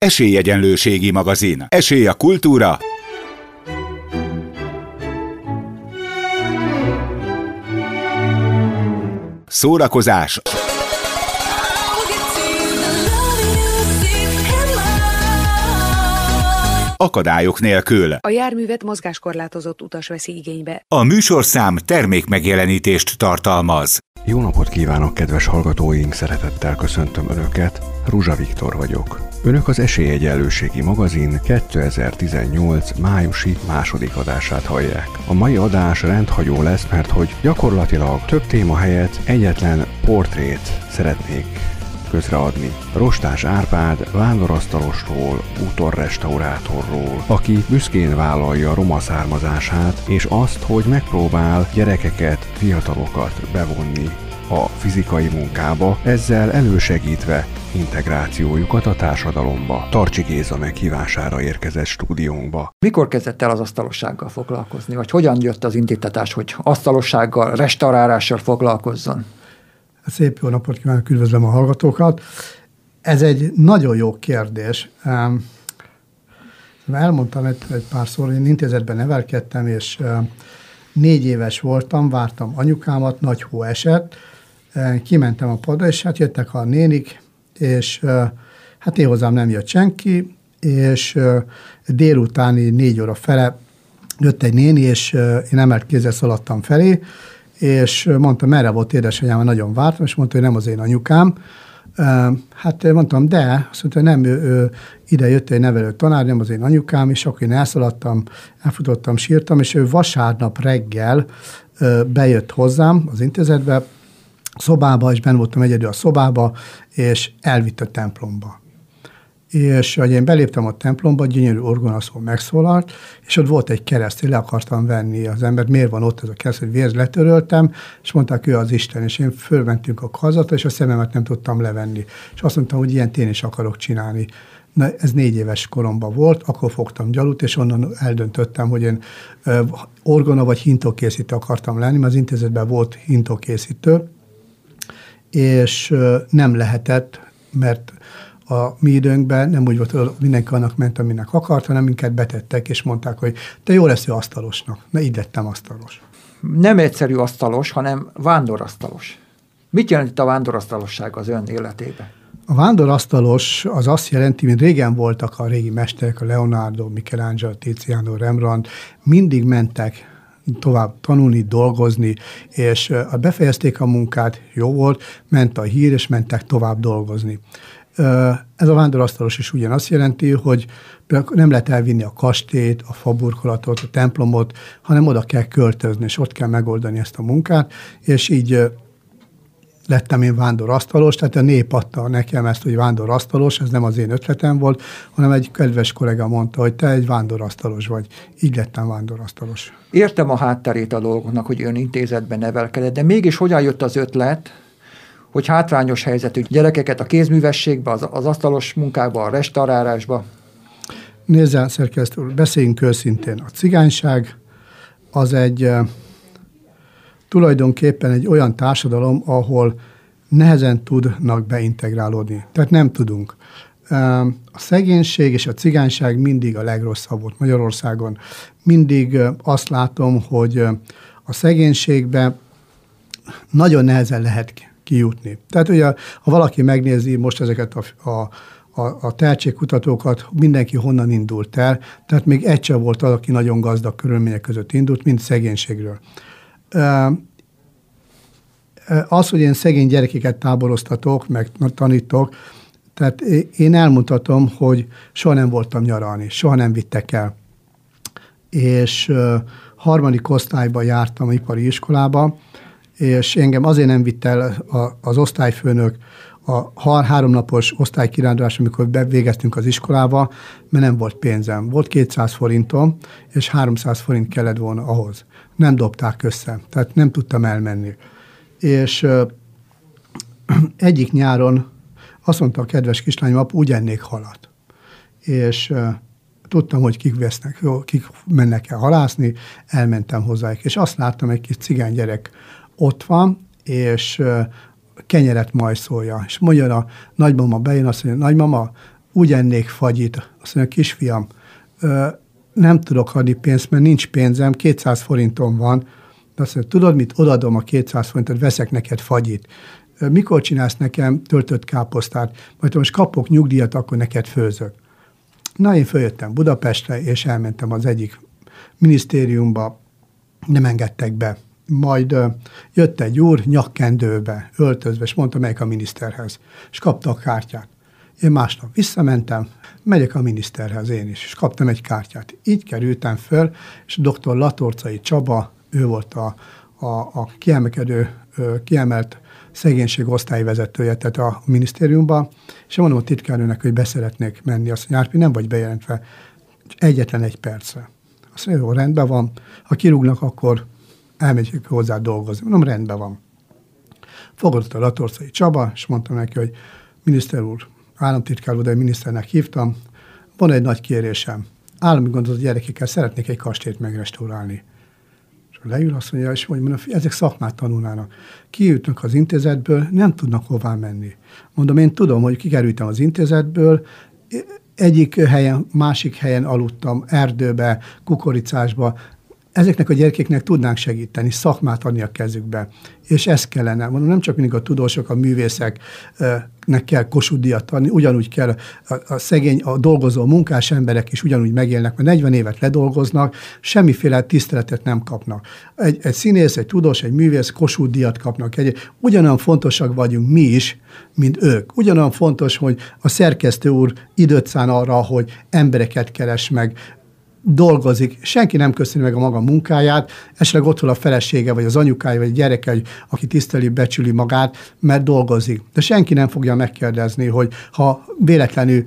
Esélyegyenlőségi magazin. Esély a kultúra. Szórakozás. Akadályok nélkül. A járművet mozgáskorlátozott utas veszi igénybe. A műsorszám termékmegjelenítést tartalmaz. Jó napot kívánok, kedves hallgatóink! Szeretettel köszöntöm Önöket, Ruzsa Viktor vagyok. Önök az Esélyegyenlőségi magazin 2018 májusi második adását hallják. A mai adás rendhagyó lesz, mert hogy gyakorlatilag több téma helyett egyetlen portrét szeretnék közreadni. Rostás Árpád vándorasztalosról, bútorrestaurátorról, aki büszkén vállalja roma származását, és azt, hogy megpróbál gyerekeket, fiatalokat bevonni a fizikai munkába, ezzel elősegítve integrációjukat a társadalomba. Tarcsi Géza meghívására érkezett stúdiónkba. Mikor kezdett el az asztalossággal foglalkozni? Vagy hogyan jött az indítatás, hogy asztalossággal, restaurálással foglalkozzon? Szép jó napot kívánok, üdvözlöm a hallgatókat. Ez egy nagyon jó kérdés. Elmondtam egy párszor, én intézetben nevelkedtem, és 4 éves voltam, vártam anyukámat, nagy hó esett, kimentem a padra, és hát jöttek a nénik, és hát én hozzám nem jött senki, és délutáni 4 óra fele jött egy néni, és én emelt kézzel szaladtam felé, és mondta, merre volt édesanyám, mert nagyon vártam, és mondta, hogy nem az én anyukám. Hát mondtam, de, azt mondta, hogy nem, ő ide jött egy nevelő tanár, nem az én anyukám, és akkor én elszaladtam, elfutottam, sírtam, és ő vasárnap reggel bejött hozzám az intézetbe, szobába, és benn voltam egyedül a szobába, és elvitt a templomba. És ahogy én beléptem a templomba, gyönyörű orgonaszó megszólalt, és ott volt egy kereszt, én le akartam venni az embert, miért van ott ez a kereszt, hogy vért letöröltem, és mondták, ő az Isten, és én fölmentünk a kazatra, és a szememet nem tudtam levenni. És azt mondtam, hogy ilyent én is akarok csinálni. Na, ez 4 éves koromban volt, akkor fogtam gyalut, és onnan eldöntöttem, hogy én orgona vagy hintókészítő akartam lenni, mert az intézetben volt hintókészítő, és nem lehetett, mert a mi időnkben nem úgy volt, hogy mindenki annak ment, aminek akart, hanem minket betettek, és mondták, hogy te jó lesz asztalosnak. Na, így lettem asztalos. Nem egyszerű asztalos, hanem vándorasztalos. Mit jelent itt a vándorasztalosság az ön életében? A vándorasztalos az azt jelenti, mint régen voltak a régi mesterek, a Leonardo, Michelangelo, Tiziano, Rembrandt, mindig mentek tovább tanulni, dolgozni, és befejezték a munkát, jó volt, ment a hír, és mentek tovább dolgozni. Ez a vándorasztalos is ugyanazt jelenti, hogy nem lehet elvinni a kastélyt, a faburkolatot, a templomot, hanem oda kell költözni, és ott kell megoldani ezt a munkát, és így lettem én vándorasztalos, tehát a nép adta nekem ezt, hogy vándorasztalos, ez nem az én ötletem volt, hanem egy kedves kollega mondta, hogy te egy vándorasztalos vagy. Így lettem vándorasztalos. Értem a hátterét a dolgoknak, hogy ön intézetben nevelkedett, de mégis hogyan jött az ötlet, hogy hátrányos helyzetű gyerekeket a kézművességbe, az asztalos munkába, a restaurálásba? Nézzel, szerkesztő úr, beszéljünk őszintén. A cigányság az tulajdonképpen egy olyan társadalom, ahol nehezen tudnak beintegrálódni. Tehát nem tudunk. A szegénység és a cigányság mindig a legrosszabb volt Magyarországon. Mindig azt látom, hogy a szegénységbe nagyon nehezen lehet kijutni. Tehát ugye, ha valaki megnézi most ezeket a tehetségkutatókat, mindenki honnan indult el, tehát még egy sem volt az, aki nagyon gazdag körülmények között indult, mint szegénységről. Az, hogy én szegény gyerekeket táboroztatok, meg tanítok, tehát én elmutatom, hogy soha nem voltam nyaralni, soha nem vittek el. És 3. osztályban jártam ipari iskolába, és engem azért nem vitt el az osztályfőnök a 3 napos osztálykirándulás, amikor bevégeztünk az iskolába, mert nem volt pénzem. Volt 200 forintom, és 300 forint kellett volna ahhoz. Nem dobták össze, tehát nem tudtam elmenni. És egyik nyáron azt mondta a kedves kislányom, apu, úgy ennék halat. És tudtam, hogy kik mennek el halászni, elmentem hozzájuk. És azt láttam, egy kis cigány gyerek ott van, és kenyeret majszolja. És mondja a nagymama bejön, azt mondja, nagymama, úgy ennék fagyit. Azt mondja, kisfiam, nem tudok adni pénzt, mert nincs pénzem, 200 forintom van. De azt mondja, tudod mit, odaadom a 200 forintot, veszek neked fagyit. Mikor csinálsz nekem töltött káposztát? Majd most kapok nyugdíjat, akkor neked főzök. Na, én följöttem Budapestre, és elmentem az egyik minisztériumba, nem engedtek be. Majd jött egy úr nyakkendőbe, öltözve, és mondta, melyik a miniszterhez. És kapta a kártyát. Én másnap visszamentem, megyek a miniszterhez én is, és kaptam egy kártyát. Így kerültem föl, és dr. Latorcai Csaba, ő volt a kiemelt szegénység osztályvezetője, tehát a minisztériumban, és mondom a titkárnőnek, hogy beszeretnék menni. Azt mondja, Árpi, nem vagy bejelentve, egyetlen egy percre. Azt mondja, jó, rendben van. Ha kirúgnak, akkor elmegyek hozzá dolgozni. Mondom, rendben van. Fogadott a Latorcai Csaba, és mondtam neki, hogy miniszter úr, államtitkár úr, de miniszternek hívtam, van egy nagy kérésem. Állami gondozott gyerekekkel szeretnék egy kastélyt megrestaurálni. És leül, azt mondja, és mondja, ezek szakmát tanulnának. Kijutnak az intézetből, nem tudnak hová menni. Mondom, én tudom, hogy kikerültem az intézetből, egyik helyen, másik helyen aludtam, erdőbe, kukoricásba. Ezeknek a gyerekeknek tudnánk segíteni, szakmát adni a kezükbe. És ez kellene. Mondom, nem csak mindig a tudósok, a művészeknek kell Kossuth díjat adni, ugyanúgy kell a dolgozó munkás emberek is ugyanúgy megélnek, mert 40 évet ledolgoznak, semmiféle tiszteletet nem kapnak. Egy színész, egy tudós, egy művész Kossuth díjat kapnak. Ugyanolyan fontosak vagyunk mi is, mint ők. Ugyanolyan fontos, hogy a szerkesztő úr időt szán arra, hogy embereket keres meg, dolgozik, senki nem köszöni meg a maga munkáját, esetleg ott van a felesége, vagy az anyukája, vagy a gyereke, aki tiszteli, becsüli magát, mert dolgozik. De senki nem fogja megkérdezni, hogy ha véletlenül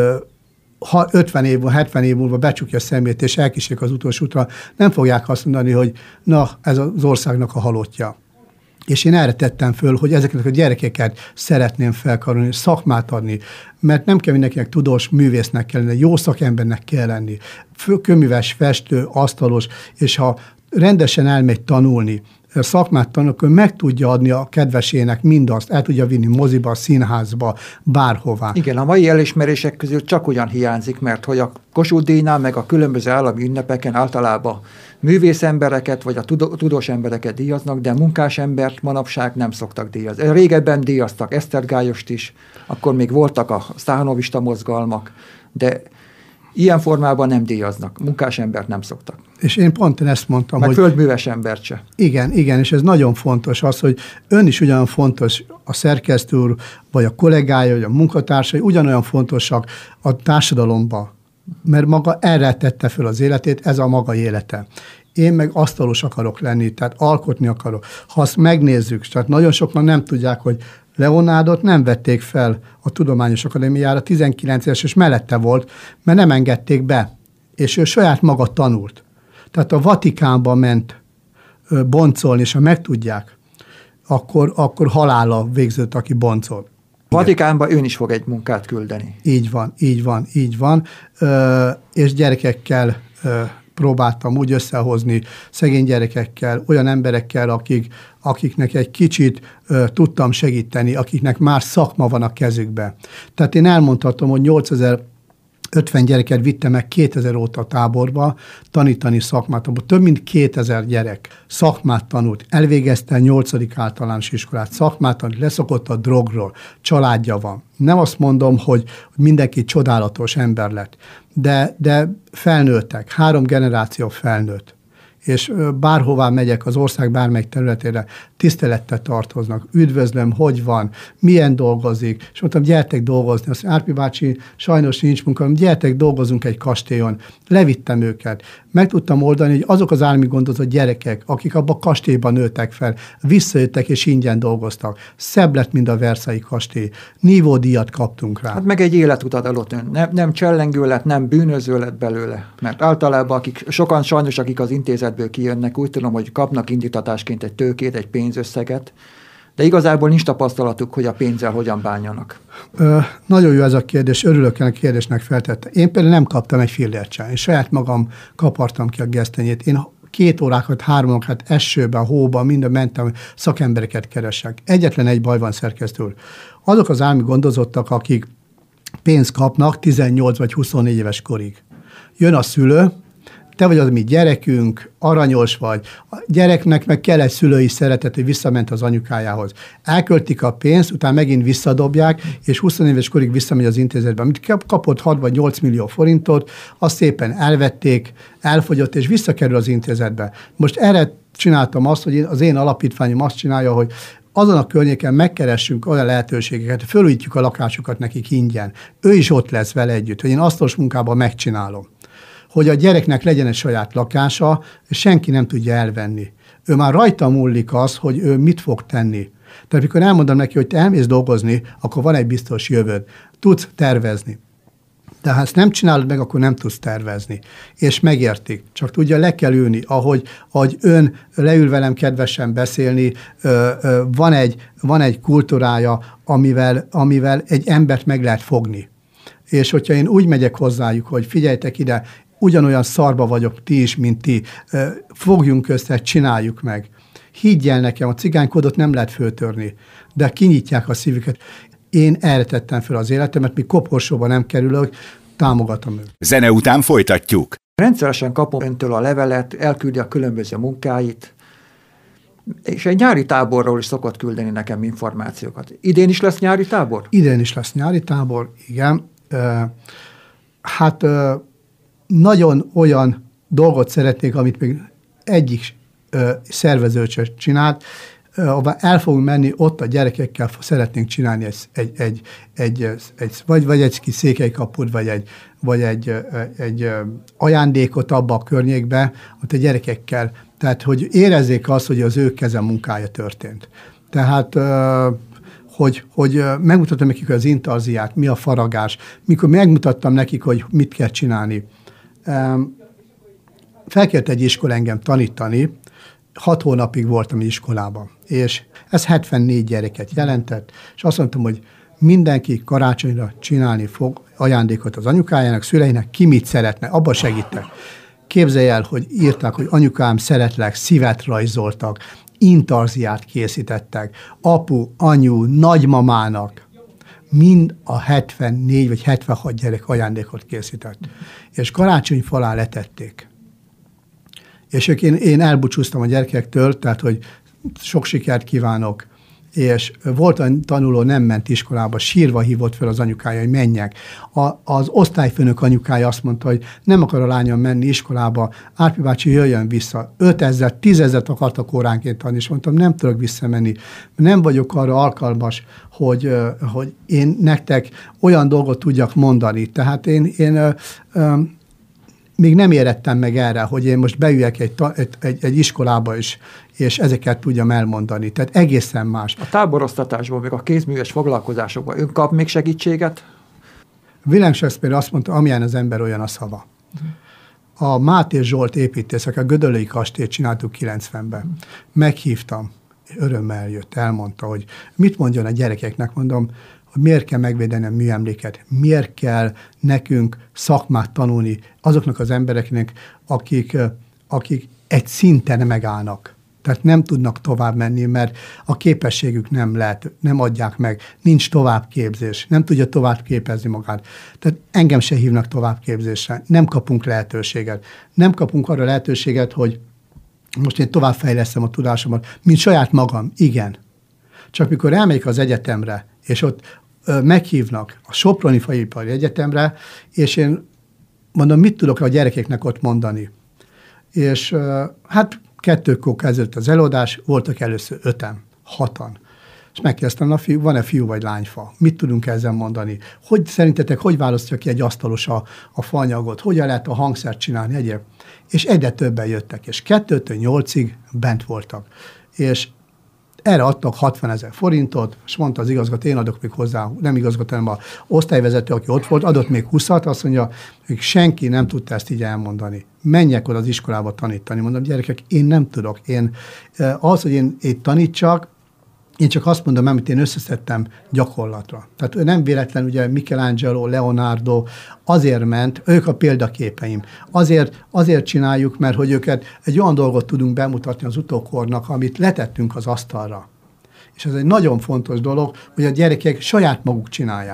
ha 50 év, 70 év múlva becsukja a szemét, és elkísérik az utolsó útra, nem fogják azt mondani, hogy na, ez az országnak a halottja. És én erre tettem föl, hogy ezeket a gyerekeket szeretném felkarolni, szakmát adni, mert nem kell mindenkinek tudós művésznek kell lenni, jó szakembernek kell lenni, köműves, festő, asztalos, és ha rendesen elmegy tanulni, szakmát tanul, akkor meg tudja adni a kedvesének mindazt, el tudja vinni moziba, színházba, bárhová. Igen, a mai elismerések közül csak ugyan hiányzik, mert hogy a Kossuth díjnál, meg a különböző állami ünnepeken általában művészembereket, vagy a tudós embereket díjaznak, de munkásembert manapság nem szoktak díjazni. Régebben díjaztak Eszter Gályost is, akkor még voltak a sztáhanovista mozgalmak, de ilyen formában nem díjaznak. Munkásembert nem szoktak. És én pont ezt mondtam, meg hogy... földműves embert se. Igen, és ez nagyon fontos az, hogy ön is ugyanolyan fontos, a szerkesztő úr, vagy a kollégája, vagy a munkatársai ugyanolyan fontosak a társadalomban, mert maga erre tette föl az életét, ez a maga élete. Én meg asztalos akarok lenni, tehát alkotni akarok. Ha azt megnézzük, tehát nagyon sokan nem tudják, hogy Leonardot nem vették fel a Tudományos Akadémiára, 19 éves, és mellette volt, mert nem engedték be, és ő saját maga tanult. Tehát a Vatikánba ment boncolni, és ha megtudják, akkor halála végződött, aki boncol. Vatikánba ön is fog egy munkát küldeni. Így van. És gyerekekkel próbáltam úgy összehozni, szegény gyerekekkel, olyan emberekkel, akiknek egy kicsit tudtam segíteni, akiknek már szakma van a kezükbe. Tehát én elmondhatom, hogy 8050 gyereket vittem meg 2000 óta táborba tanítani szakmát. Több mint 2000 gyerek szakmát tanult, elvégezte a 8. általános iskolát, szakmát tanult, leszokott a drogról, családja van. Nem azt mondom, hogy mindenki csodálatos ember lett, de felnőttek, 3 generáció felnőtt. És bárhová megyek az ország bármelyik területére, tisztelettel tartoznak, üdvözlöm, hogy van, milyen dolgozik, és mondtam, gyertek dolgozni. Azt mondja, Árpi bácsi, sajnos nincs munka, gyertek, dolgozunk egy kastélyon. Levittem őket. Meg tudtam oldani, hogy azok az állami gondozott gyerekek, akik abban a kastélyban nőttek fel, visszajöttek és ingyen dolgoztak. Szebb lett, mint a Versailles kastély. Nívódíjat kaptunk rá. Hát meg egy életutat adott ön. Nem csellengő lett, nem bűnöző lett belőle. Mert általában sokan sajnos, akik az intézetből kijönnek, úgy tudom, hogy kapnak indítatásként egy tőkét, egy pénzösszeget, de igazából nincs tapasztalatuk, hogy a pénzzel hogyan bánjanak. Nagyon jó ez a kérdés, örülök, hogy a kérdésnek feltette. Én például nem kaptam egy fillért sem. Én saját magam kapartam ki a gesztenyét. Én 2 órákat, 3 órákat esőben, hóban, minden mentem, szakembereket keresek. Egyetlen egy baj van, szerkesztő úr. Azok az állami gondozottak, akik pénzt kapnak 18 vagy 24 éves korig. Jön a szülő, te vagy az mi gyerekünk, aranyos vagy, a gyereknek meg kell egy szülői szeretet, hogy visszament az anyukájához. Elköltik a pénzt, utána megint visszadobják, és 20 éves korig visszamegy az intézetbe. Amit kapott 6 vagy 8 millió forintot, azt szépen elvették, elfogyott, és visszakerül az intézetbe. Most erre csináltam azt, hogy az én alapítványom azt csinálja, hogy azon a környéken megkeressünk olyan lehetőségeket, hogy felújítjuk a lakásukat nekik ingyen. Ő is ott lesz vele együtt, hogy én asztalos munkában megcsinálom. Hogy a gyereknek legyen egy saját lakása, és senki nem tudja elvenni. Ő már rajta múlik az, hogy ő mit fog tenni. Tehát mikor elmondom neki, hogy te elmész dolgozni, akkor van egy biztos jövőd. Tudsz tervezni. De ha ezt nem csinálod meg, akkor nem tudsz tervezni. És megértik. Csak tudja, le kell ülni, ahogy ön leül velem kedvesen beszélni, van egy kultúrája, amivel egy embert meg lehet fogni. És hogyha én úgy megyek hozzájuk, hogy figyeljetek ide, ugyanolyan szarba vagyok ti is, mint ti, fogjunk össze, csináljuk meg. Higgyel nekem, a cigánykódot nem lehet föltörni, de kinyitják a szívüket. Én erre tettem fel az életemet, míg koporsóba nem kerülök, támogatom őt. Zene után folytatjuk. Rendszeresen kapom öntől a levelet, elküldi a különböző munkáit, és egy nyári táborról is szokott küldeni nekem információkat. Idén is lesz nyári tábor? Idén is lesz nyári tábor, igen. Nagyon olyan dolgot szeretnék, amit még egyik szervező sem csinált, el fogunk menni, ott a gyerekekkel szeretnénk csinálni vagy egy kis székelykaput, vagy egy ajándékot abba a környékbe, ott a gyerekekkel, tehát hogy érezzék azt, hogy az ő keze munkája történt. Tehát hogy megmutatom nekik az intarziát, mi a faragás, mikor megmutattam nekik, hogy mit kell csinálni. Felkért egy iskola engem tanítani, 6 hónapig voltam iskolában, és ez 74 gyereket jelentett, és azt mondtam, hogy mindenki karácsonyra csinálni fog ajándékot az anyukájának, szüleinek, ki mit szeretne, abba segítek. Képzelj el, hogy írták, hogy anyukám, szeretlek, szívet rajzoltak, intarziát készítettek, apu, anyu, nagymamának, mind a 74 vagy 76 gyerek ajándékot készített. És karácsonyfa alá letették. És én elbúcsúztam a gyerekektől, tehát, hogy sok sikert kívánok, és volt a tanuló, nem ment iskolába, sírva hívott fel az anyukája, hogy menjek. Az osztályfőnök anyukája azt mondta, hogy nem akar a lányom menni iskolába, Árpi bácsi jöjjön vissza. 5000, 10 000 akartak óránként tanulni, és mondtam, nem tudok visszamenni. Nem vagyok arra alkalmas, hogy én nektek olyan dolgot tudjak mondani. Tehát én még nem érettem meg erre, hogy én most beüljek egy iskolába is, és ezeket tudjam elmondani. Tehát egészen más. A táborosztatásból, még a kézműves foglalkozásokban ön kap még segítséget? William Shakespeare azt mondta, amilyen az ember, olyan a szava. A Máté Zsolt építészek, a Gödöllői kastélyt csináltuk 90-ben. Meghívtam, örömmel jött, elmondta, hogy mit mondjon a gyerekeknek, mondom, hogy miért kell megvédeni a műemléket, miért kell nekünk szakmát tanulni azoknak az embereknek, akik egy szinten megállnak. Tehát nem tudnak tovább menni, mert a képességük nem adják meg, nincs továbbképzés, nem tudja tovább képezni magát. Tehát engem se hívnak továbbképzésre, nem kapunk lehetőséget. Nem kapunk arra lehetőséget, hogy most én továbbfejlesztem a tudásomat, mint saját magam, igen. Csak mikor elmegyek az egyetemre, és ott meghívnak a Soproni Faipari Egyetemre, és én mondom, mit tudok a gyerekeknek ott mondani. És hát 2-kor kezdődött az előadás, voltak először 5-en, 6-an. És megkezdtem, van-e fiú vagy lányfa? Mit tudunk ezzel mondani? Hogy szerintetek, hogy választja ki egy asztalos a faanyagot? Hogyan lehet a hangszert csinálni? Egyéb? És egyre többen jöttek, és 2-től 8-ig bent voltak. És erre adtak 60 000 forintot, és mondta az igazgató, én adok még hozzá, nem igazgató, hanem az osztályvezető, aki ott volt, adott még 20-at, azt mondja, hogy senki nem tudta ezt így elmondani. Menjek oda az iskolába tanítani. Mondom, gyerekek, én nem tudok. Hogy én tanítsak, én csak azt mondom, amit én összeszedtem gyakorlatra. Tehát nem véletlen, ugye Michelangelo, Leonardo azért ment, ők a példaképeim. Azért csináljuk, mert hogy őket egy olyan dolgot tudunk bemutatni az utókornak, amit letettünk az asztalra. És ez egy nagyon fontos dolog, hogy a gyerekek saját maguk csinálják.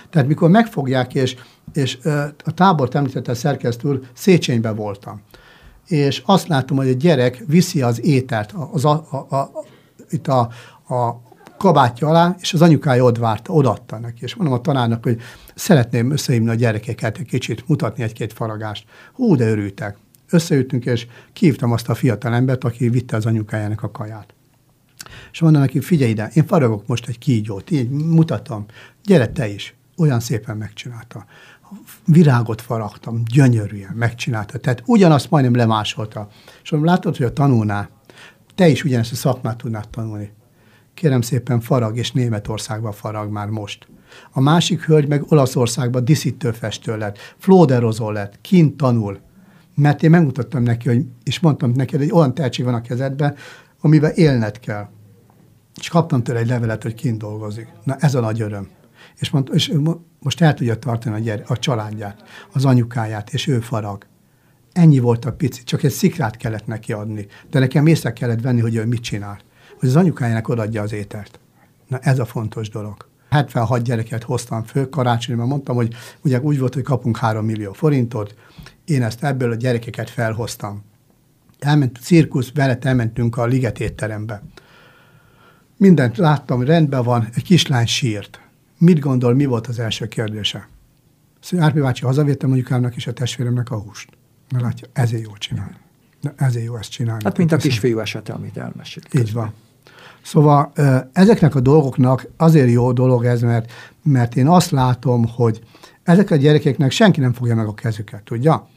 Tehát mikor megfogják, és a tábort említette a szerkesztő úr, Széchenyben voltam. És azt látom, hogy a gyerek viszi az ételt itt a kabátja alá, és az anyukája odaadta neki. És mondom a tanárnak, hogy szeretném összehívni a gyerekeket egy kicsit, mutatni egy-két faragást. Hú, de örültek. Összeütünk, és kihívtam azt a fiatal embert, aki vitte az anyukájának a kaját. És mondom neki, figyelj ide, én faragok most egy kígyót, így mutatom, gyere te is. Olyan szépen megcsinálta. Virágot faragtam, gyönyörűen megcsinálta. Tehát ugyanazt majdnem lemásolta. És mondom, látod, hogy a tanulnál, te is ugyanezt a szakmát tudnád tanulni. Kérem szépen, farag, és Németországban farag már most. A másik hölgy meg Olaszországban diszítőfestő lett, flóderozó lett, kint tanul. Mert én megmutattam neki, és mondtam neked, hogy olyan tehetség van a kezedben, amivel élned kell. És kaptam tőle egy levelet, hogy kint dolgozik. Na ez a nagy öröm. És most el tudja tartani a családját, az anyukáját, és ő farag. Ennyi volt a pici, csak egy szikrát kellett neki adni. De nekem észre kellett venni, hogy ő mit csinál. Hogy az anyukájának odaadja az ételt. Na ez a fontos dolog. 76 gyereket hoztam föl karácsonyban, mondtam, hogy ugye úgy volt, hogy kapunk 3 millió forintot, én ezt ebből a gyerekeket felhoztam. Elment a cirkusz, veled elmentünk a Liget étterembe. Mindent láttam, rendben van, egy kislány sírt. Mit gondol, mi volt az első kérdése? Szóval Árpi bácsi, hazavétem anyukámnak és a testvéremnek a húst. Na látja, ezért jól csinálni. Na, ezért jó ezt csinálni. Hát mint a kisfiú esete, amit elmesélt. Így van. Szóval ezeknek a dolgoknak azért jó dolog ez, mert én azt látom, hogy ezek a gyerekeknek senki nem fogja meg a kezüket, tudja?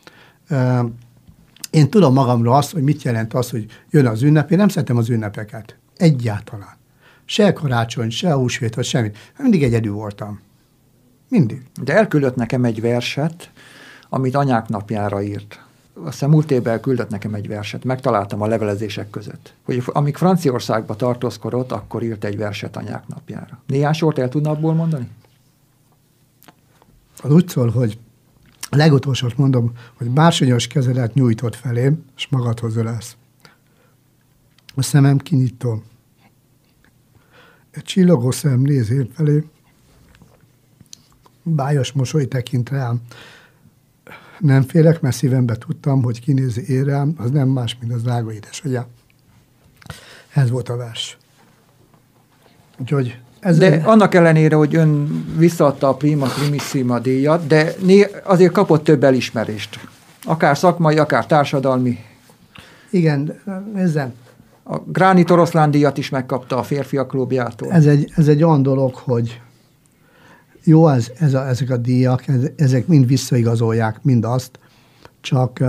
Én tudom magamról azt, hogy mit jelent az, hogy jön az ünnep. Én nem szeretem az ünnepeket. Egyáltalán. Se karácsony, se húsvét, vagy semmit. Mindig egyedül voltam. Mindig. De elküldött nekem egy verset, amit anyák napjára írt. Azt hiszem múlt évben elküldött nekem egy verset. Megtaláltam a levelezések között. Hogy amíg Franciaországba tartózkodott, akkor írt egy verset anyák napjára. Néhány sort el tudna abból mondani? Az úgy szól, hogy a legutolsót mondom, hogy bársonyos kezedet nyújtott felém, és magadhoz ölelsz. A szemem kinyitom. Egy csillogó szem néz én felé, bájos mosoly tekint rám. Nem félek, mert szívembe tudtam, hogy kinézi én rám, az nem más, mint az drága édesanyja. Ez volt a vers. Úgyhogy de annak ellenére, hogy ön visszaadta a Prima Primissima díjat, de azért kapott több elismerést. Akár szakmai, akár társadalmi. Igen, ezzel. A Gránit Oroszlán díjat is megkapta a Férfiak Klubjától. Ez egy olyan dolog, hogy jó, ezek a díjak, ezek mind visszaigazolják mindazt, csak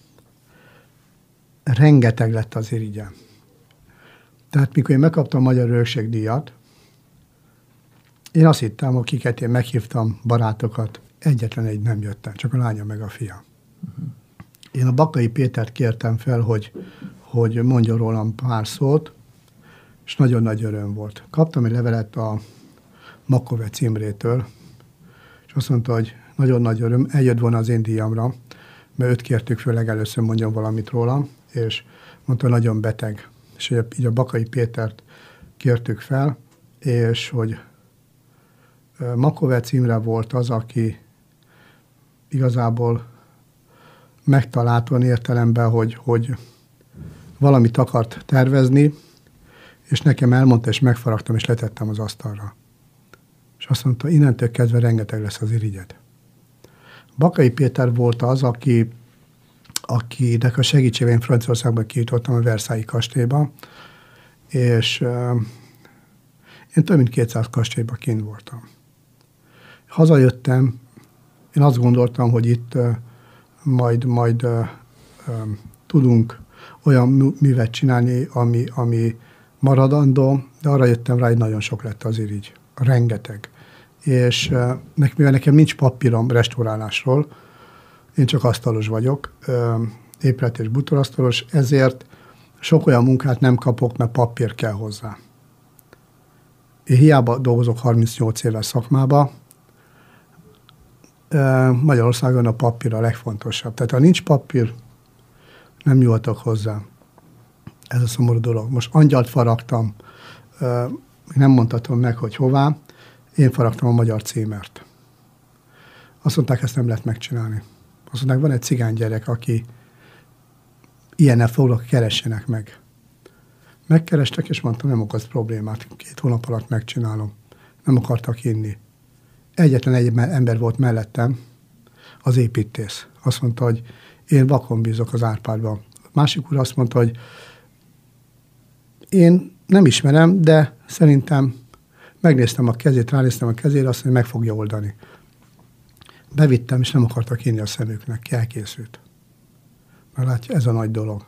rengeteg lett az irigyem. Tehát mikor én megkaptam a Magyar Örökség díjat, én azt hittem, akiket én meghívtam, barátokat, egyetlen egy nem jöttem, csak a lánya meg a fia. Én a Bakai Pétert kértem fel, hogy mondjon rólam pár szót, és nagyon nagy öröm volt. Kaptam egy levelet a Makovec Imrétől, és azt mondta, hogy nagyon nagy öröm, eljött volna az én díjamra, mert őt kértük föl legelőször mondjon valamit rólam, és mondta, nagyon beteg. És így a Bakai Pétert kértük fel, és hogy Makovec Imre volt az, aki igazából megtalált olyan értelemben, hogy valamit akart tervezni, és nekem elmondta, és megfaragtam, és letettem az asztalra. És azt mondta, innentől kezdve rengeteg lesz az irigyed. Bakai Péter volt az, akinek a segítségén én Franciaországban kijutottam a Versailles kastélyba, és én több mint 200 kastélyban kint voltam. Hazajöttem, én azt gondoltam, hogy itt majd tudunk olyan művet csinálni, ami maradandó, de arra jöttem rá, hogy nagyon sok lett az irigy. Rengeteg. És mivel nekem nincs papírom restaurálásról, én csak asztalos vagyok, épület és bútorasztalos, ezért sok olyan munkát nem kapok, mert papír kell hozzá. Én hiába dolgozok 38 éves szakmába, Magyarországon a papír a legfontosabb. Tehát ha nincs papír, nem nyúltok hozzá. Ez a szomorú dolog. Most angyalt faragtam, nem mondhatom meg, hogy hová. Én faragtam a Magyar Címert. Azt mondták, ezt nem lehet megcsinálni. Azt mondták, van egy cigány gyerek, aki ilyennel foglak, keressenek meg. Megkerestek, és mondtam, nem okoz problémát. 2 hónap alatt megcsinálom. Nem akartak inni. Egyetlen egy ember volt mellettem, az építész. Azt mondta, hogy én vakon bízok az Árpádban. A másik úr azt mondta, hogy én nem ismerem, de szerintem megnéztem a kezét, ránéztem a kezére, azt mondja, hogy meg fogja oldani. Bevittem, és nem akartak inni a szemüknek. Elkészült. Mert látja, ez a nagy dolog.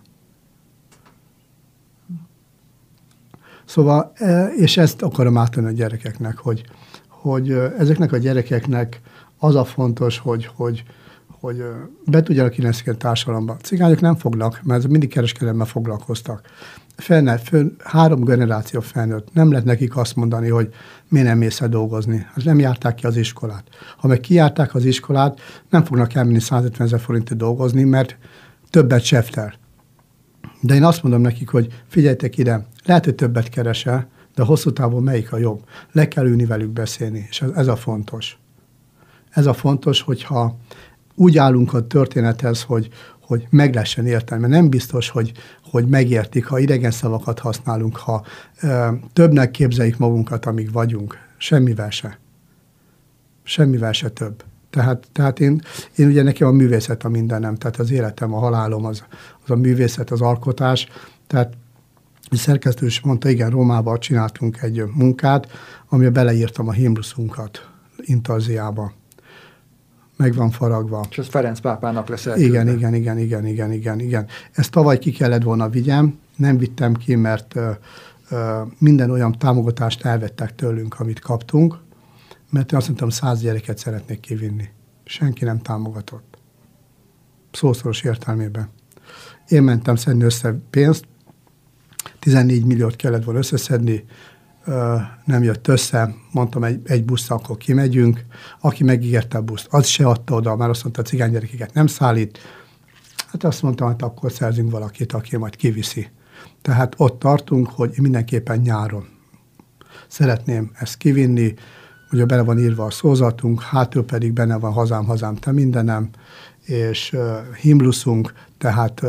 Szóval, és ezt akarom átadni a gyerekeknek, hogy ezeknek a gyerekeknek az a fontos, hogy be tudjanak illeszkedni a társadalomba. Cigányok nem fognak, mert mindig kereskedelemmel foglalkoztak. 3 generáció felnőtt. Nem lehet nekik azt mondani, hogy miért nem mész el dolgozni. Hát nem járták ki az iskolát. Ha meg kijárták az iskolát, nem fognak elmenni 150 000 forintért dolgozni, mert többet seftel. De én azt mondom nekik, hogy figyeljetek ide, lehet, hogy többet keresel, de hosszú távon melyik a jobb? Le kell ülni velük beszélni, és ez a fontos. Ez a fontos, hogyha úgy állunk a történethez, hogy meg lehessen érteni, mert nem biztos, hogy megértik, ha idegen szavakat használunk, ha többnek képzeljük magunkat, amíg vagyunk. Semmivel se. Semmivel se több. Tehát én ugye nekem a művészet a mindenem, tehát az életem, a halálom, az a művészet, az alkotás. Tehát a szerkesztő is mondta, igen, Rómában csináltunk egy munkát, amiben beleírtam a himnuszunkat Intarziába. Meg van faragva. És az Ferenc pápának lesz elküldve. Igen. Ezt tavaly ki kellett volna vigyem, nem vittem ki, mert minden olyan támogatást elvettek tőlünk, amit kaptunk, mert én azt mondtam, 100 gyereket szeretnék kivinni. Senki nem támogatott. Szószoros értelmében. Én mentem szedni össze pénzt, 14 milliót kellett volna összeszedni, nem jött össze, mondtam, egy busszal akkor kimegyünk, aki megígérte a buszt, az se adta oda, már azt mondta, a cigánygyerekeket nem szállít, hát azt mondtam, hogy akkor szerzünk valakit, aki majd kiviszi. Tehát ott tartunk, hogy mindenképpen nyáron szeretném ezt kivinni, ugye bele van írva a szózatunk, hátul pedig benne van hazám, hazám, te mindenem, és himnuszunk, tehát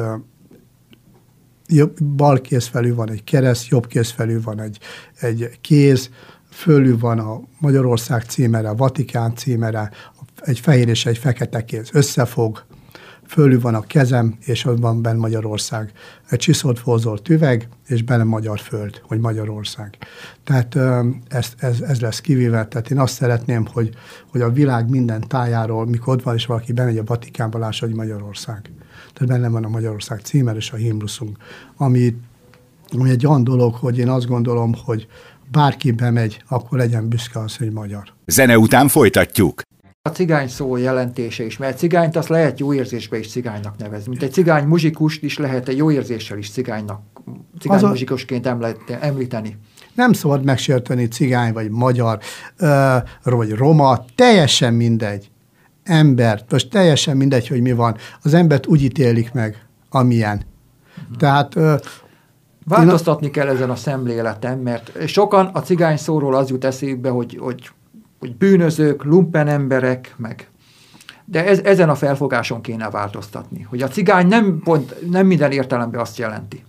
bal kéz felül van egy kereszt, jobb kéz felül van egy kéz, fölül van a Magyarország címere, a Vatikán címere, egy fehér és egy fekete kéz összefog, fölül van a kezem, és ott van benne Magyarország. Egy csiszolt forzolt üveg, és benne magyar föld, hogy Magyarország. Tehát ez lesz kivéve. Tehát én azt szeretném, hogy a világ minden tájáról, mikor ott van, és valaki bemegy a Vatikánba, lássa, hogy Magyarország. Tehát benne van a Magyarország címer és a himnuszunk, ami egy olyan dolog, hogy én azt gondolom, hogy bárki bemegy, akkor legyen büszke az, hogy magyar. Zene után folytatjuk. A cigány szó jelentése is, mert cigányt azt lehet jó érzésbe is cigánynak nevezni. Mint egy cigány muzsikust is lehet egy jó érzéssel is cigány muzsikusként említeni. Nem szabad megsérteni cigány, vagy magyar, vagy roma, teljesen mindegy. Embert, most teljesen mindegy, hogy mi van. Az embert úgy ítélik meg, amilyen. Tehát... Változtatni kell ezen a szemléleten, mert sokan a cigány szóról az jut eszébe, hogy bűnözők, lumpen emberek, de ezen a felfogáson kéne változtatni, hogy a cigány nem minden értelemben azt jelenti.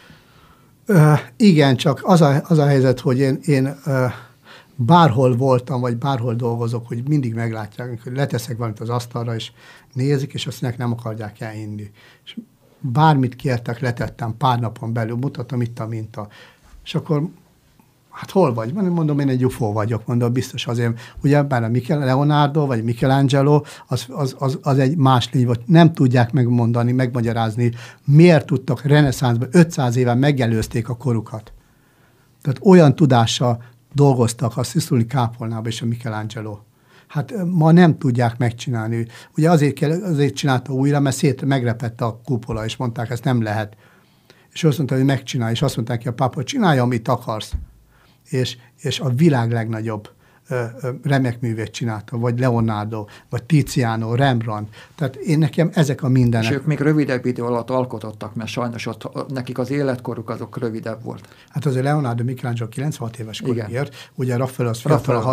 Igen, csak az a helyzet, hogy én bárhol voltam, vagy bárhol dolgozok, hogy mindig meglátják, hogy leteszek valamit az asztalra, és nézik, és azt nem akarják elinni. És bármit kértek, letettem pár napon belül, mutatom itt a minta. És akkor, hát hol vagy? Mondom, én egy UFO vagyok, mondom, biztos azért, ugye bár a Leonardo, vagy Michelangelo, az egy más lény volt. Nem tudják megmondani, megmagyarázni, miért tudtak reneszánszban 500 éven megelőzték a korukat. Tehát olyan tudással dolgoztak a Szisztuli kápolnába és a Michelangelo. Hát ma nem tudják megcsinálni. Ugye azért csinálta újra, mert megrepett a kupola, és mondták, ezt nem lehet. És azt mondta, hogy megcsinálja, és azt mondták ki a pápa, csinálja, amit akarsz. És a világ legnagyobb remek művét csinálta, vagy Leonardo, vagy Tiziano, Rembrandt. Tehát nekem ezek a mindenek. És ők még rövidebb idő alatt alkotottak, mert sajnos ott nekik az életkoruk azok rövidebb volt. Hát azért Leonardo Michelangelo 96 éves korig ért, ugye Raffaello az fiatal,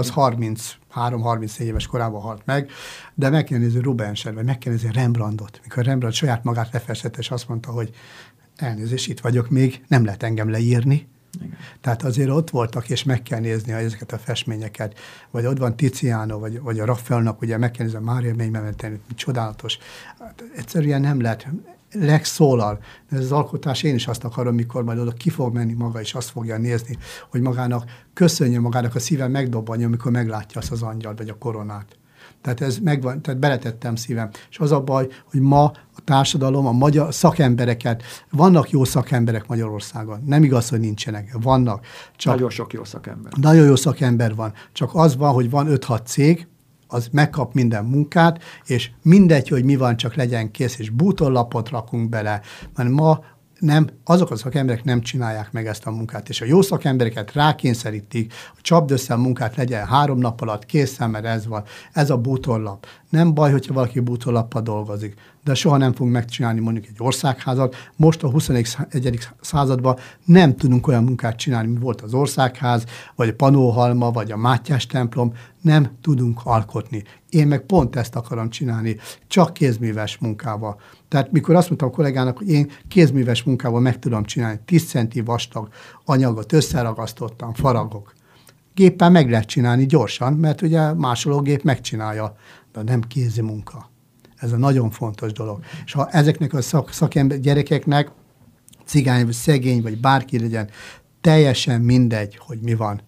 33-34 éves korában halt meg, de meg kell nézni Rubenset, vagy meg kell nézni Rembrandtot, mikor Rembrandt saját magát lefestette, és azt mondta, hogy elnézést, itt vagyok még, nem lehet engem leírni. Igen. Tehát azért ott voltak, és meg kell nézni ezeket a festményeket, vagy ott van Tiziano, vagy a Raffaelnak, ugye meg kell nézni a Mária Mennymementeni, csodálatos. Hát egyszerűen nem lehet, Lex szólal. Ez az alkotás, én is azt akarom, mikor majd oda ki fog menni maga, és azt fogja nézni, hogy magának köszönje magának, a szíve megdobbanja, amikor meglátja azt az angyalt, vagy a koronát. Tehát ez megvan, tehát beletettem szívem. És az a baj, hogy ma a társadalom, a magyar szakembereket, vannak jó szakemberek Magyarországon. Nem igaz, hogy nincsenek. Vannak. Csak nagyon sok jó szakember. Nagyon jó szakember van. Csak az van, hogy van 5-6 cég, az megkap minden munkát, és mindegy, hogy mi van, csak legyen kész, és bútorlapot rakunk bele. Mert ma nem, azok a szakemberek nem csinálják meg ezt a munkát, és a jó szakembereket rákényszerítik, hogy csapd össze a munkát, legyen 3 nap alatt készen, mert ez van. Ez a bútorlap. Nem baj, hogyha valaki bútorlappal dolgozik, de soha nem fogunk megcsinálni mondjuk egy országházat. Most a 21. században nem tudunk olyan munkát csinálni, mint volt az országház, vagy a Panóhalma, vagy a Mátyás templom. Nem tudunk alkotni. Én meg pont ezt akarom csinálni, csak kézműves munkával. Tehát mikor azt mondtam a kollégának, hogy én kézműves munkával meg tudom csinálni, 10 centi vastag anyagot összeragasztottam, faragok. Géppel meg lehet csinálni gyorsan, mert ugye másológép megcsinálja, de nem kézi munka. Ez a nagyon fontos dolog. És ha ezeknek a szakember gyerekeknek, cigány, vagy szegény, vagy bárki legyen, teljesen mindegy, hogy mi van.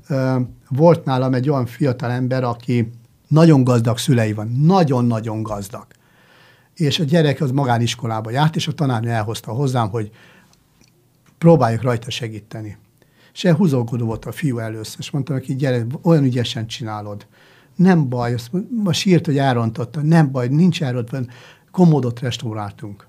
Volt nálam egy olyan fiatal ember, aki nagyon gazdag szülei van, nagyon-nagyon gazdag. És a gyerek az magániskolába járt, és a tanárnő elhozta hozzám, hogy próbáljuk rajta segíteni. És húzógodó volt a fiú először, és mondtam neki, gyere, olyan ügyesen csinálod. Nem baj, ma sírt, hogy elrontotta, nem baj, nincs elrontva, komódot restauráltunk.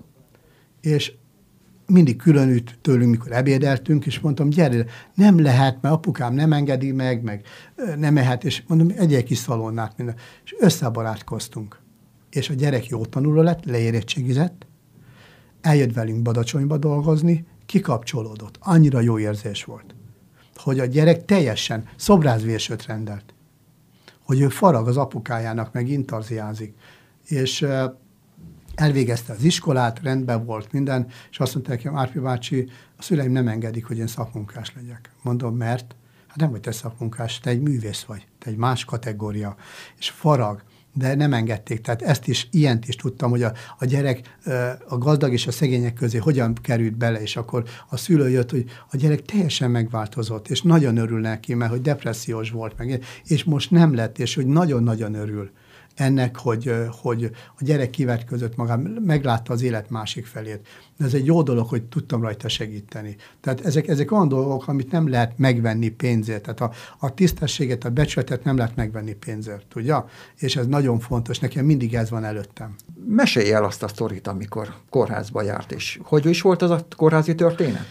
És mindig külön ült tőlünk, mikor ebédeltünk, és mondtam, gyere, nem lehet, mert apukám nem engedi meg nem ehet, és mondom, egy kis szalonnát minden. És összebarátkoztunk. És a gyerek jó tanuló lett, leérettségizett, eljött velünk Badacsonyba dolgozni, kikapcsolódott. Annyira jó érzés volt, hogy a gyerek teljesen szobrászvérsőt rendelt, hogy ő farag az apukájának, meg intarziázik. És elvégezte az iskolát, rendben volt minden, és azt mondta nekem, Árpi bácsi, a szüleim nem engedik, hogy én szakmunkás legyek. Mondom, mert? Hát nem vagy te szakmunkás, te egy művész vagy, te egy más kategória, és farag, de nem engedték. Tehát ezt is, ilyent is tudtam, hogy a gyerek a gazdag és a szegények közé hogyan került bele, és akkor a szülő jött, hogy a gyerek teljesen megváltozott, és nagyon örül neki, mert hogy depressziós volt meg, és most nem lett, és hogy nagyon-nagyon örül ennek, hogy a gyerek kivetközött magát, meglátta az élet másik felét. De ez egy jó dolog, hogy tudtam rajta segíteni. Tehát ezek olyan dolgok, amit nem lehet megvenni pénzért. Tehát a tisztességet, a becsületet nem lehet megvenni pénzért, tudja? És ez nagyon fontos. Nekem mindig ez van előttem. Mesélj el azt a sztorit, amikor kórházba járt, és hogy is volt az a kórházi történet?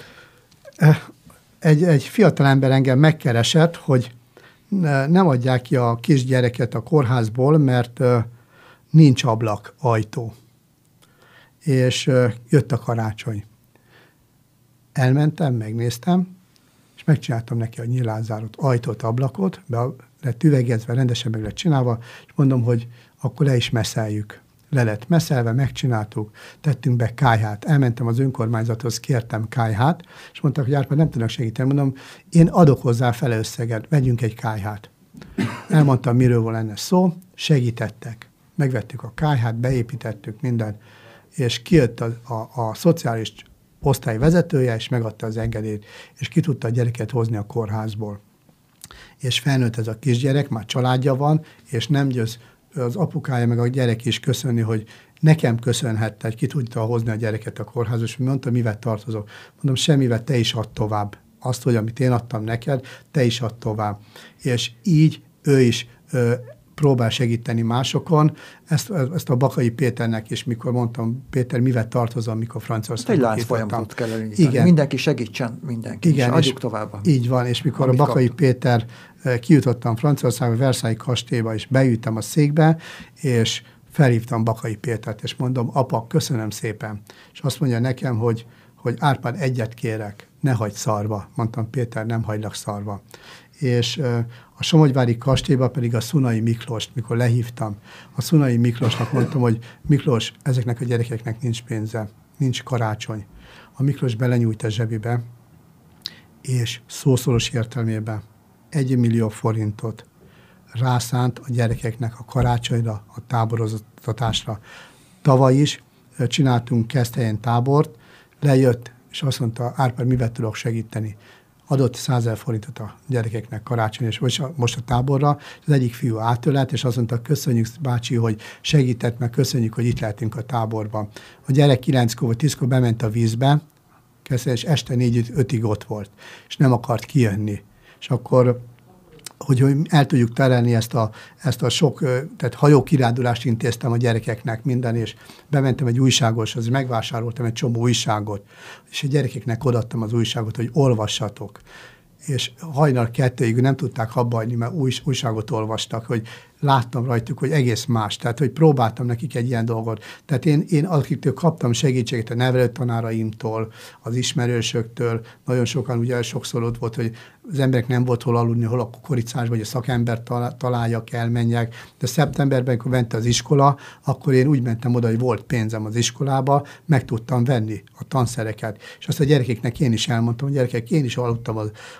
Egy fiatal ember engem megkeresett, hogy nem adják ki a kisgyereket a kórházból, mert nincs ablak, ajtó. És jött a karácsony. Elmentem, megnéztem, és megcsináltam neki a nyílászárót, ajtót, ablakot, be lett üvegezve, rendesen meg lett csinálva, és mondom, hogy akkor le is messzeljük. Le lett messzelve, megcsináltuk, tettünk be kályhát. Elmentem az önkormányzathoz, kértem kályhát, és mondták, hogy Árpád, nem tudnak segíteni. Mondom, én adok hozzá fele összeget, vegyünk egy kályhát. Elmondtam, miről van lenne szó, segítettek. Megvettük a kályhát, beépítettük mindent, és kijött a szociális osztály vezetője, és megadta az engedélyt, és ki tudta a gyereket hozni a kórházból. És felnőtt ez a kisgyerek, már családja van, és nem győz az apukája meg a gyerek is köszönni, hogy nekem köszönhette, hogy ki tudta hozni a gyereket a kórházba, és mondta, mivel tartozok. Mondom, semmivel, te is add tovább. Azt, hogy amit én adtam neked, te is add tovább. És így ő is próbál segíteni másokon. Ezt a Bakai Péternek is, mikor mondtam, Péter, mivel tartozom, mikor Franciaországban egy láncfolyamatot kell elindítani. Igen. Mindenki segítsen, mindenki. Igen, és adjuk tovább. Így van, és mikor a Bakai Péter kijutottam Franciaországba, Versailles kastélyba, és beültem a székbe, és felhívtam Bakai Pétert, és mondom, apa, köszönöm szépen. És azt mondja nekem, hogy Árpád, egyet kérek, ne hagyd szarva. Mondtam, Péter, nem hagylak szarva. És a Somogyvári kastélyba pedig a Szunai Miklóst, mikor lehívtam, a Szunai Miklósnak mondtam, hogy Miklós, ezeknek a gyerekeknek nincs pénze, nincs karácsony. A Miklós belenyújt a zsebébe, és szószoros értelmében 1 millió forintot rászánt a gyerekeknek a karácsonyra, a táboroztatásra. Tavaly is csináltunk Keszthelyen tábort, lejött, és azt mondta, Árpád, mivel tudok segíteni? Adott 100 000 forintot a gyerekeknek karácsony, és most a táborra, az egyik fiú átölelt, és azt mondta, köszönjük, bácsi, hogy segített, meg köszönjük, hogy itt lehetünk a táborban. A gyerek 9-kor vagy 10-kor bement a vízbe, és este 4-5-ig ott volt, és nem akart kijönni. És akkor, hogy el tudjuk terelni ezt a sok, tehát hajókirándulást intéztem a gyerekeknek minden, és bementem egy újságoshoz, megvásároltam egy csomó újságot, és a gyerekeknek odaadtam az újságot, hogy olvassatok. És hajnal 2-ig nem tudták abbahagyni, mert újságot olvastak, hogy láttam rajtuk, hogy egész más. Tehát, hogy próbáltam nekik egy ilyen dolgot. Tehát én akiktől kaptam segítséget a nevelőtanáraimtól, az ismerősöktől, nagyon sokan, ugye sokszor ott volt, hogy az emberek nem volt hol aludni, hol a kukoricásban, vagy a szakembert találjak, elmenjek. De szeptemberben, amikor ment az iskola, akkor én úgy mentem oda, hogy volt pénzem az iskolába, meg tudtam venni a tanszereket. És azt a gyerekeknek én is elmondtam, hogy gyerekek, én is aludtam,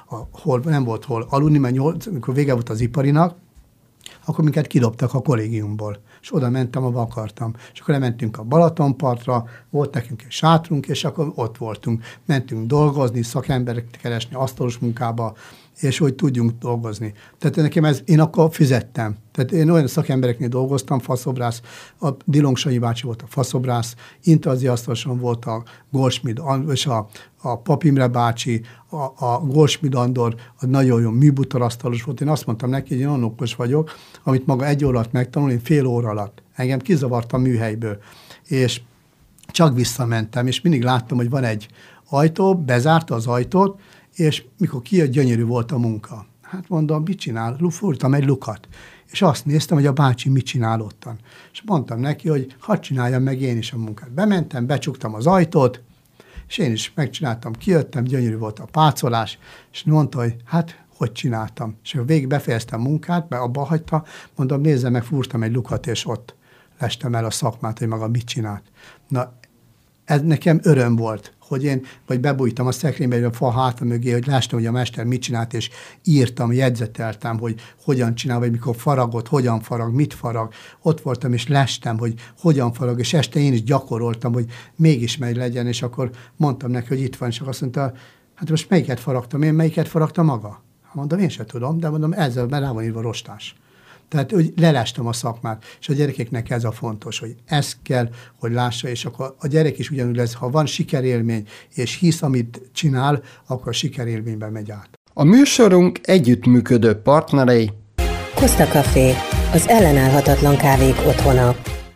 hol nem volt hol aludni, mert amikor vége volt az iparinak, akkor minket kidobtak a kollégiumból, és oda mentem, ahol akartam. És akkor lementünk a Balatonpartra, volt nekünk egy sátrunk, és akkor ott voltunk. Mentünk dolgozni, szakembereket keresni, asztalos munkába, és hogy tudjunk dolgozni. Tehát nekem én akkor fizettem. Tehát én olyan szakembereknél dolgoztam, faszobrász, a Dilong-Sanyi bácsi volt a faszobrász, Intazi asztaloson volt a Goldschmidt, és a Papimre bácsi, a Goldschmidt Andor, a nagyon jó műbutorasztalos volt. Én azt mondtam neki, hogy én olyan okos vagyok, amit maga 1 óra alatt megtanul, én fél óra alatt. Engem kizavart a műhelyből. És csak visszamentem, és mindig láttam, hogy van egy ajtó, bezárta az ajtót, és mikor kijött, gyönyörű volt a munka. Hát mondom, mit csinál? Fúrtam egy lukat. És azt néztem, hogy a bácsi mit csinál ottan. És mondtam neki, hogy hadd csináljam meg én is a munkát. Bementem, becsuktam az ajtót, és én is megcsináltam, kijöttem, gyönyörű volt a pácolás, és mondta, hogy hát, hogy csináltam. És végig befejeztem a munkát, mert abba hagyta, mondom, nézze meg, fúrtam egy lukat, és ott lestem el a szakmát, hogy maga mit csinált. Na, ez nekem öröm volt, hogy én vagy bebújtam a szekrénybe, a fa háta mögé, hogy lástam, hogy a mester mit csinált, és írtam, jegyzeteltem, hogy hogyan csinál, vagy mikor faragott, hogyan farag, mit farag. Ott voltam, és lestem, hogy hogyan farag, és este én is gyakoroltam, hogy mégis megy legyen, és akkor mondtam neki, hogy itt van, és akkor azt mondta, hát most melyiket faragtam én, melyiket faragta maga? Mondom, én sem tudom, de mondom, ezzel már rá van írva rostás. Tehát, hogy lelástam a szakmát, és a gyerekeknek ez a fontos, hogy ezt kell, hogy lássa, és akkor a gyerek is ugyanúgy lesz, ha van sikerélmény, és hisz, amit csinál, akkor a sikerélményben megy át. A műsorunk együttműködő partnerei Costa Café, az ellenállhatatlan kávék otthona.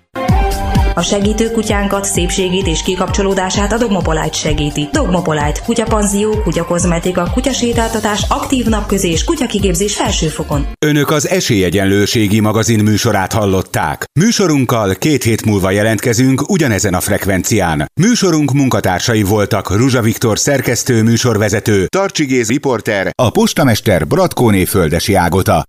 A segítő kutyánkat, szépségét és kikapcsolódását a Dogmopolite segíti. Dogmopolite, kutyapanzió, kutyakozmetika, kutyasétáltatás, aktív napközés, kutyakigépzés felsőfokon. Önök az Esélyegyenlőségi magazin műsorát hallották. Műsorunkkal 2 hét múlva jelentkezünk ugyanezen a frekvencián. Műsorunk munkatársai voltak Ruzsa Viktor szerkesztő, műsorvezető, Tarcsi Géz riporter, a postamester Bratkóné Földesi Ágota.